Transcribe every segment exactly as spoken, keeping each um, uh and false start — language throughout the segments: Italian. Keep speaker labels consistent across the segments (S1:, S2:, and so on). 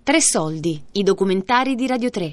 S1: Tre soldi, i documentari di Radio tre.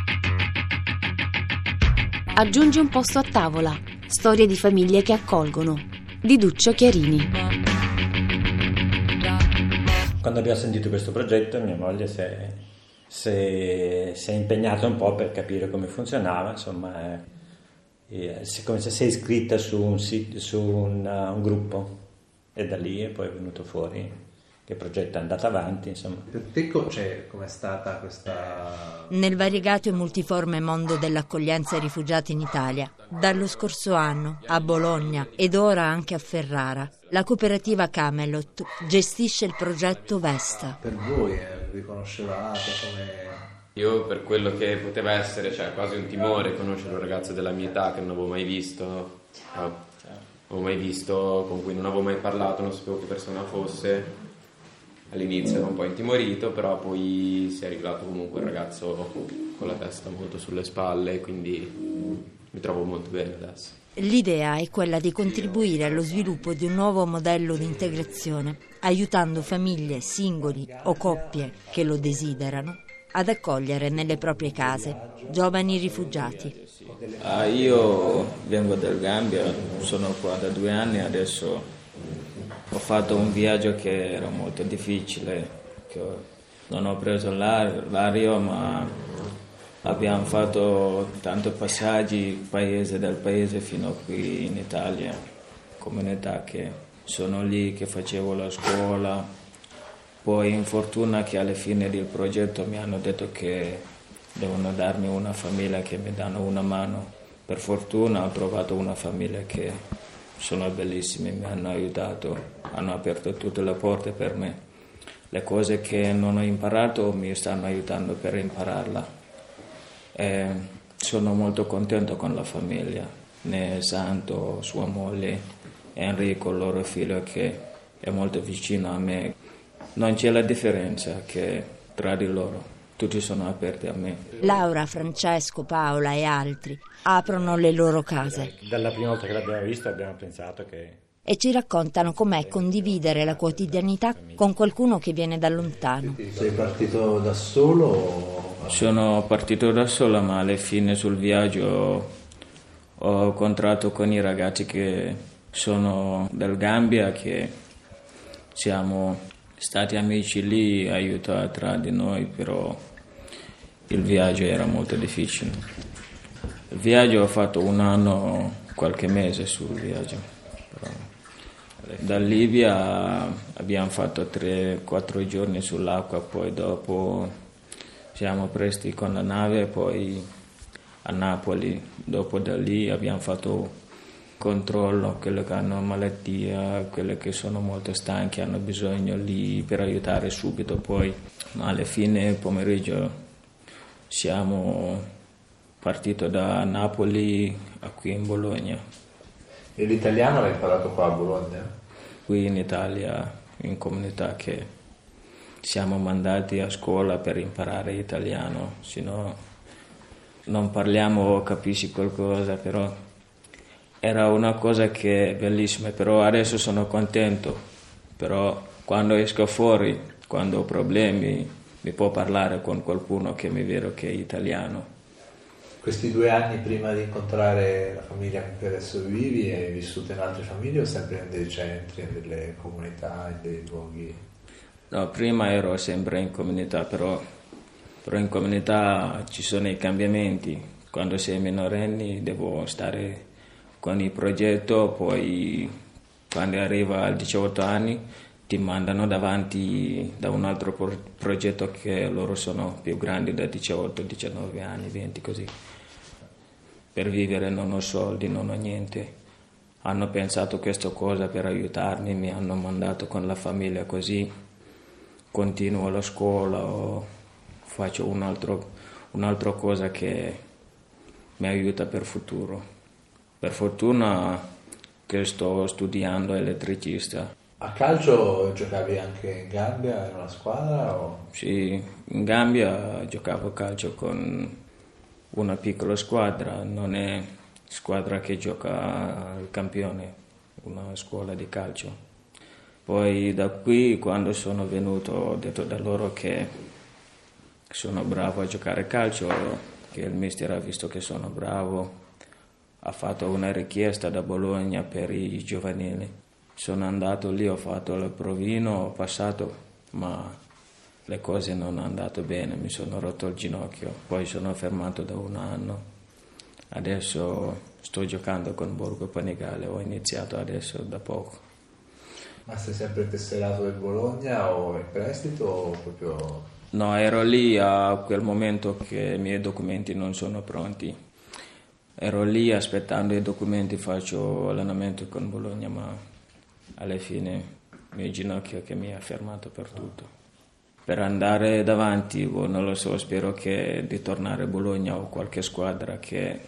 S1: Aggiungi un posto a tavola, storie di famiglie che accolgono, di Duccio Chiarini.
S2: Quando abbiamo sentito questo progetto, mia moglie si è, si è, si è impegnata un po' per capire come funzionava, insomma, è, è come se si è iscritta su un, su un, uh, un gruppo, e da lì è poi è venuto fuori che il progetto è andato avanti, insomma.
S3: Per te c'è com'è stata questa...
S4: Nel variegato e multiforme mondo dell'accoglienza ai rifugiati in Italia, dallo scorso anno a Bologna ed ora anche a Ferrara, la cooperativa Camelot gestisce il progetto Vesta.
S3: Per voi eh, vi conoscevate come...
S5: Io, per quello che poteva essere, cioè quasi un timore conoscere un ragazzo della mia età che non avevo mai visto, non avevo mai visto, con cui non avevo mai parlato, non sapevo che persona fosse. All'inizio ero un po' intimorito, però poi si è rivelato comunque un ragazzo con la testa molto sulle spalle, quindi mi trovo molto bene adesso.
S4: L'idea è quella di contribuire allo sviluppo di un nuovo modello di integrazione, aiutando famiglie, singoli o coppie che lo desiderano ad accogliere nelle proprie case giovani rifugiati.
S6: Ah, io vengo dal Gambia, sono qua da due anni adesso. Ho fatto un viaggio che era molto difficile, che non ho preso l'aereo, ma abbiamo fatto tanti passaggi paese del paese fino qui in Italia, comunità che sono lì, che facevo la scuola. Poi in fortuna che alla fine del progetto mi hanno detto che devono darmi una famiglia che mi danno una mano. Per fortuna ho trovato una famiglia che sono bellissimi, mi hanno aiutato, hanno aperto tutte le porte per me. Le cose che non ho imparato mi stanno aiutando per impararla. E sono molto contento con la famiglia, né Santo, sua moglie, Enrico, il loro figlio che è molto vicino a me. Non c'è la differenza che tra di loro. Tutti sono aperti a me.
S4: Laura, Francesco, Paola e altri aprono le loro case.
S2: Dalla prima volta che l'abbiamo visto abbiamo pensato che...
S4: E ci raccontano com'è condividere la quotidianità con qualcuno che viene da lontano.
S3: Sei partito da solo? O...
S6: Sono partito da solo, ma alla fine sul viaggio ho incontrato con i ragazzi che sono del Gambia, che siamo stati amici lì, aiutati tra di noi, però il viaggio era molto difficile. Il viaggio ho fatto un anno, qualche mese sul viaggio. Però da Libia abbiamo fatto tre quattro giorni sull'acqua, poi dopo siamo presi con la nave, poi a Napoli. Dopo da lì abbiamo fatto controllo, quelli che hanno malattia, quelli che sono molto stanchi, hanno bisogno lì per aiutare subito. Poi, ma alla fine pomeriggio siamo partiti da Napoli a qui in Bologna.
S3: E l'italiano l'hai imparato qua a Bologna?
S6: Qui in Italia, in comunità, che siamo mandati a scuola per imparare italiano, se no non parliamo o capisci qualcosa, però era una cosa che è bellissima, però adesso sono contento, però quando esco fuori, quando ho problemi, mi può parlare con qualcuno che mi vede che è italiano.
S3: Questi due anni prima di incontrare la famiglia con cui adesso vivi, hai vissuto in altre famiglie o sempre in dei centri, in delle comunità, in dei luoghi?
S6: No, prima ero sempre in comunità, però, però in comunità ci sono i cambiamenti. Quando sei minorenni devo stare con il progetto, poi quando arriva a diciotto anni ti mandano davanti da un altro pro- progetto che loro sono più grandi, da diciotto, diciannove anni, venti così. Per vivere non ho soldi, non ho niente. Hanno pensato questa cosa per aiutarmi, mi hanno mandato con la famiglia così. Continuo la scuola o faccio un altro, un'altra cosa che mi aiuta per futuro. Per fortuna che sto studiando elettricista.
S3: A calcio giocavi anche in Gambia, in una squadra? O?
S6: Sì, in Gambia giocavo a calcio con una piccola squadra, non è squadra che gioca al campione, una scuola di calcio. Poi da qui, quando sono venuto, ho detto da loro che sono bravo a giocare calcio, che il mister ha visto che sono bravo, ha fatto una richiesta da Bologna per i giovanili. Sono andato lì, ho fatto il provino, ho passato, ma le cose non hanno andato bene, mi sono rotto il ginocchio, poi sono fermato da un anno. Adesso sto giocando con Borgo Panigale, ho iniziato adesso da poco.
S3: Ma sei sempre tesserato del Bologna o in prestito o proprio...
S6: No, ero lì a quel momento che i miei documenti non sono pronti. Ero lì aspettando i documenti, faccio allenamento con Bologna, ma alla fine il mio ginocchio che mi ha fermato per tutto. Per andare davanti, boh, non lo so, spero che di tornare a Bologna o qualche squadra che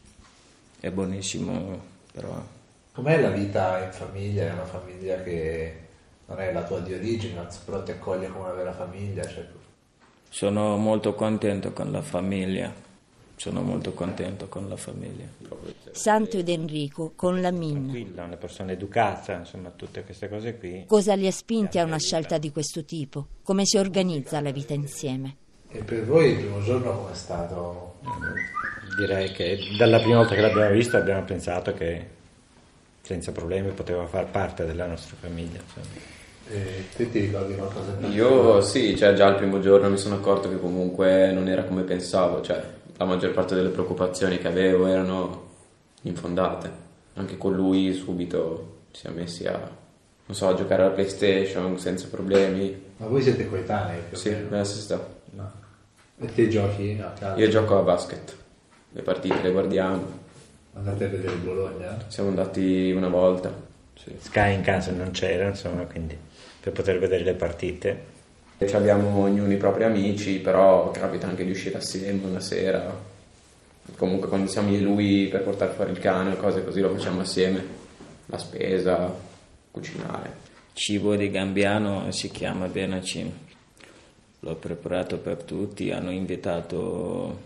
S6: è buonissimo, però...
S3: Com'è la vita in famiglia? È una famiglia che non è la tua di origine, anzi però ti accoglie come una vera famiglia? Cioè...
S6: Sono molto contento con la famiglia, sono molto contento con la famiglia.
S4: Santo ed Enrico con la Min.
S2: Tranquilla, una persona educata, insomma, tutte queste cose qui.
S4: Cosa li ha spinti a una scelta di questo tipo? Come si organizza la vita insieme?
S3: E per voi il primo giorno com'è stato?
S2: Direi che dalla prima volta che l'abbiamo visto abbiamo pensato che senza problemi poteva far parte della nostra famiglia. Insomma.
S3: E te ti ricordi qualcosa di
S5: Io sì, cioè già il primo giorno mi sono accorto che comunque non era come pensavo, cioè la maggior parte delle preoccupazioni che avevo erano infondate. Anche con lui subito ci siamo messi a, non so, a giocare alla PlayStation senza problemi.
S3: Ma voi siete coetanei? Più o
S5: Sì,
S3: meno?
S5: nella stessa età.
S3: No. E te giochi a calcio?
S5: Io gioco a basket, le partite le guardiamo.
S3: Andate a vedere il Bologna?
S5: Siamo andati una volta. Sì.
S2: Sky in casa non c'era, insomma, quindi per poter vedere le partite.
S5: Ci abbiamo ognuno i propri amici, però capita anche di uscire assieme una sera. Comunque quando siamo io e lui per portare fuori il cane o cose così lo facciamo assieme. La spesa, cucinare.
S6: Cibo di Gambiano si chiama Benacin. L'ho preparato per tutti, hanno invitato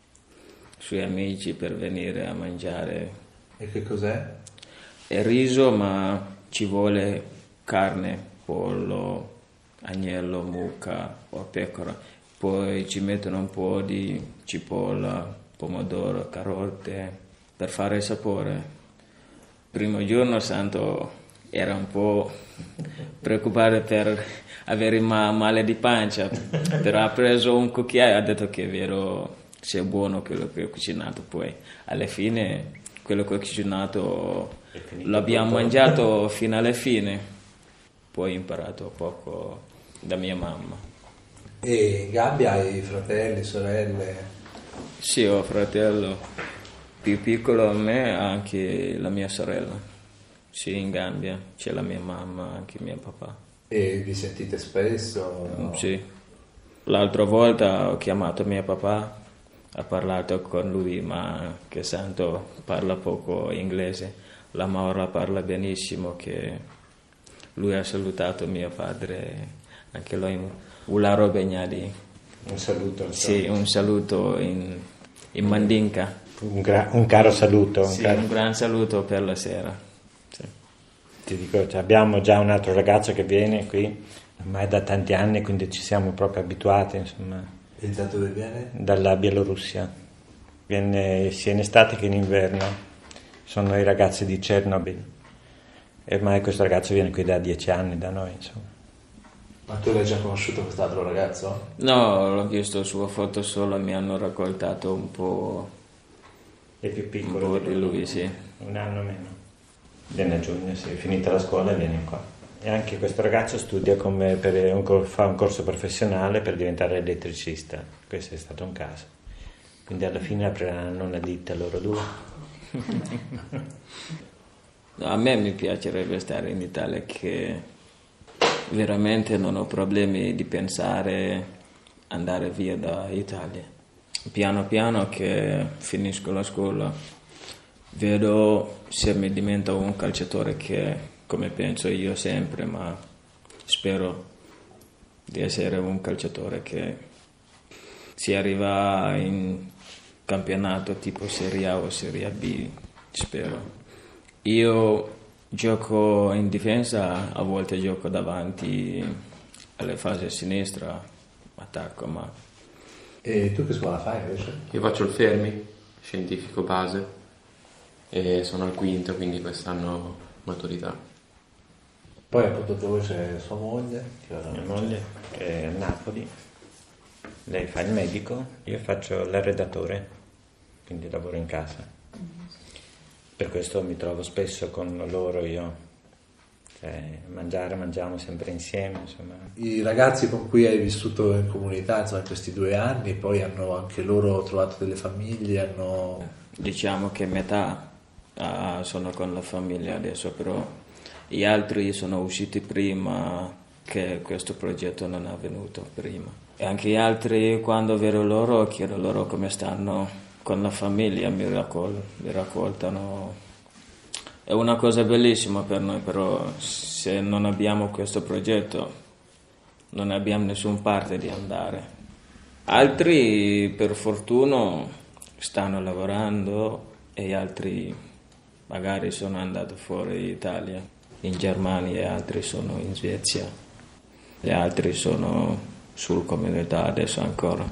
S6: i suoi amici per venire a mangiare.
S3: E che cos'è?
S6: È riso, ma ci vuole carne, pollo, agnello, mucca o pecora. Poi ci mettono un po' di cipolla, pomodoro, carote per fare il sapore. Il primo giorno Santo era un po' preoccupato per avere ma- male di pancia, però ha preso un cucchiaio e ha detto che è vero, se è buono quello che ho cucinato. Poi alla fine quello che ho cucinato l'abbiamo mangiato fino alla fine, poi ho imparato poco da mia mamma.
S3: E in Gambia hai fratelli, sorelle?
S6: Sì, ho un fratello più piccolo a me, anche la mia sorella. Sì, in Gambia c'è la mia mamma, anche mio papà.
S3: E vi sentite spesso? No?
S6: Sì. L'altra volta ho chiamato mio papà, ho parlato con lui, ma che Santo parla poco inglese. La Maura parla benissimo, che lui ha salutato mio padre, anche lui Ularo Begnadi.
S2: Un saluto.
S6: Sì, un saluto in, in Mandinka.
S2: Un, gra- un caro saluto. Un,
S6: Sì,
S2: caro...
S6: un gran saluto per la sera. Sì.
S2: Ti dico, cioè, abbiamo già un altro ragazzo che viene qui, ormai da tanti anni, quindi ci siamo proprio abituati, insomma.
S3: E da dove viene?
S2: Dalla Bielorussia. Viene sia in estate che in inverno. Sono i ragazzi di Chernobyl. E ormai questo ragazzo viene qui da dieci anni da noi, insomma.
S3: Ma tu l'hai già conosciuto quest'altro ragazzo?
S6: No, l'ho visto sua foto solo, mi hanno raccontato un po',
S2: È più
S6: un
S2: piccolo
S6: po'
S2: di
S6: di lui, sì.
S2: Un anno meno. Viene a giugno, sì, finita la scuola viene qua. E anche questo ragazzo studia come per un, cor- fa un corso professionale per diventare elettricista. Questo è stato un caso. Quindi alla fine apriranno una ditta loro due.
S6: A me mi piacerebbe stare in Italia, che veramente non ho problemi di pensare andare via dall'Italia. Piano piano che finisco la scuola vedo se mi divento un calciatore, che come penso io sempre, ma spero di essere un calciatore che si arriva in campionato tipo Serie A o Serie B, spero. Io gioco in difesa, a volte gioco davanti alle fasi a sinistra, attacco, ma
S3: E tu che scuola fai invece?
S5: Io faccio il Fermi, scientifico base, e sono al quinto, quindi quest'anno maturità.
S3: Poi appunto dove c'è sua moglie?
S2: Mia moglie è a Napoli, lei fa il medico, io faccio l'arredatore, quindi lavoro in casa. Per questo mi trovo spesso con loro, io. Cioè, mangiare, mangiamo sempre insieme, insomma.
S3: I ragazzi con cui hai vissuto in comunità, insomma, in questi due anni, poi hanno anche loro trovato delle famiglie, hanno...
S6: Diciamo che metà uh, sono con la famiglia adesso, però gli altri sono usciti prima che questo progetto non è avvenuto prima. E anche gli altri, quando vedo loro, chiedo loro come stanno con la famiglia, mi, raccol- mi raccoltano. È una cosa bellissima per noi, però se non abbiamo questo progetto non abbiamo nessun parte di andare. Altri per fortuna stanno lavorando e gli altri magari sono andati fuori Italia, in Germania, e altri sono in Svezia, gli altri sono sul comunità adesso ancora.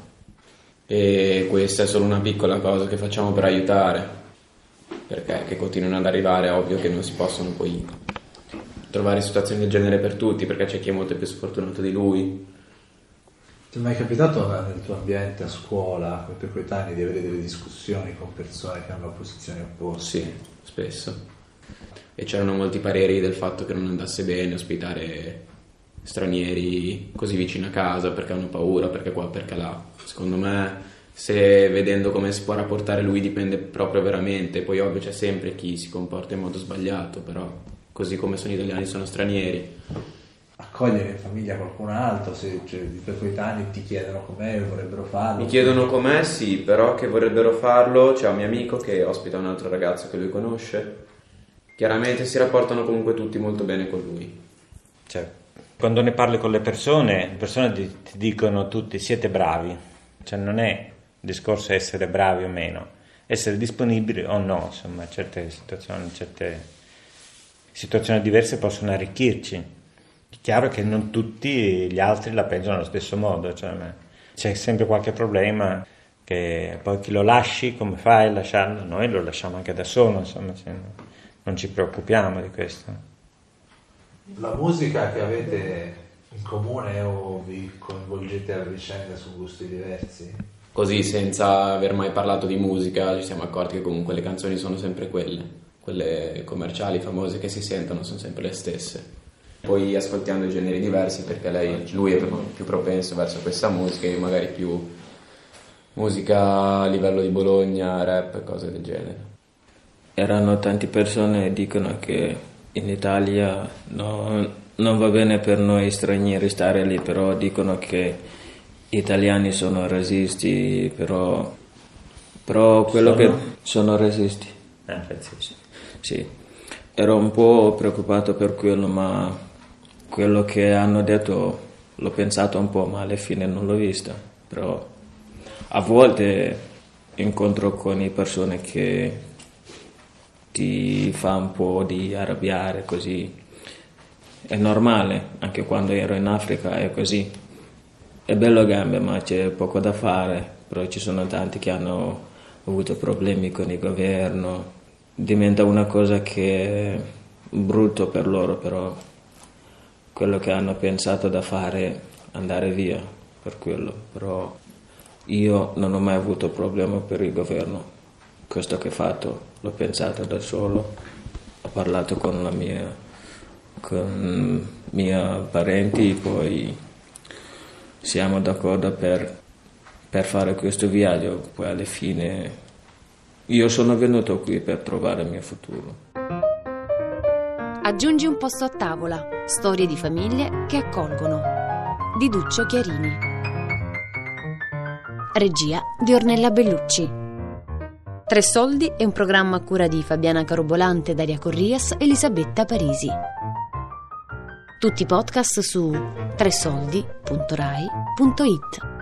S5: E questa è solo una piccola cosa che facciamo per aiutare, perché che continuano ad arrivare è ovvio che non si possono poi trovare situazioni del genere per tutti, perché c'è chi è molto più sfortunato di lui.
S3: Ti è mai capitato nel tuo ambiente a scuola, con i tuoi coetanei, di avere delle discussioni con persone che hanno posizioni opposte?
S5: Sì, spesso. E c'erano molti pareri del fatto che non andasse bene ospitare stranieri così vicino a casa, perché hanno paura, perché qua, perché là. Secondo me, se vedendo come si può rapportare lui, dipende proprio veramente. Poi ovvio c'è sempre chi si comporta in modo sbagliato, però così come sono italiani sono stranieri.
S3: Accogliere in famiglia qualcun altro, se cioè, i tuoi coetanei ti chiedono com'è, vorrebbero farlo?
S5: Mi chiedono com'è, sì, però che vorrebbero farlo. C'è un mio amico che ospita un altro ragazzo che lui conosce. Chiaramente si rapportano comunque tutti molto bene con lui.
S2: Cioè, quando ne parli con le persone, le persone ti, ti dicono tutti siete bravi. Cioè non è il discorso essere bravi o meno, essere disponibili o no, insomma, certe situazioni, certe situazioni diverse possono arricchirci. È chiaro che non tutti gli altri la pensano allo stesso modo, cioè c'è sempre qualche problema che poi chi lo lasci, come fai a lasciarlo? Noi lo lasciamo anche da solo, insomma, non ci preoccupiamo di questo.
S3: La musica che avete in comune o vi coinvolgete a vicenda su gusti diversi?
S5: Così, senza aver mai parlato di musica, ci siamo accorti che comunque le canzoni sono sempre quelle, quelle commerciali, famose, che si sentono, sono sempre le stesse. Poi ascoltiamo i generi diversi, perché lei, lui è più propenso verso questa musica, io magari più musica a livello di Bologna, rap, cose del genere.
S6: Erano tante persone che dicono che in Italia no, non va bene per noi stranieri stare lì, però dicono che gli italiani sono razzisti, però, però quello sono? che sono razzisti.
S2: Eh, razzisti.
S6: Sì, ero un po' preoccupato per quello, ma quello che hanno detto l'ho pensato un po', ma alla fine non l'ho vista. Però a volte incontro con le persone che ti fa un po' di arrabbiare, così. È normale, anche quando ero in Africa è così. È bello Gambia, ma c'è poco da fare, però ci sono tanti che hanno avuto problemi con il governo. Diventa una cosa che è brutto per loro, però quello che hanno pensato da fare è andare via per quello. Però io non ho mai avuto problema per il governo. Questo che ho fatto l'ho pensato da solo, ho parlato con la mia, con i miei parenti, poi siamo d'accordo per, per fare questo viaggio, poi alla fine io sono venuto qui per trovare il mio futuro.
S1: Aggiungi un posto a tavola, storie di famiglie che accolgono. Di Duccio Chiarini. Regia di Ornella Bellucci. Tre Soldi è un programma a cura di Fabiana Carobolante, Daria Corrias e Elisabetta Parisi. Tutti i podcast su tre soldi punto rai punto it.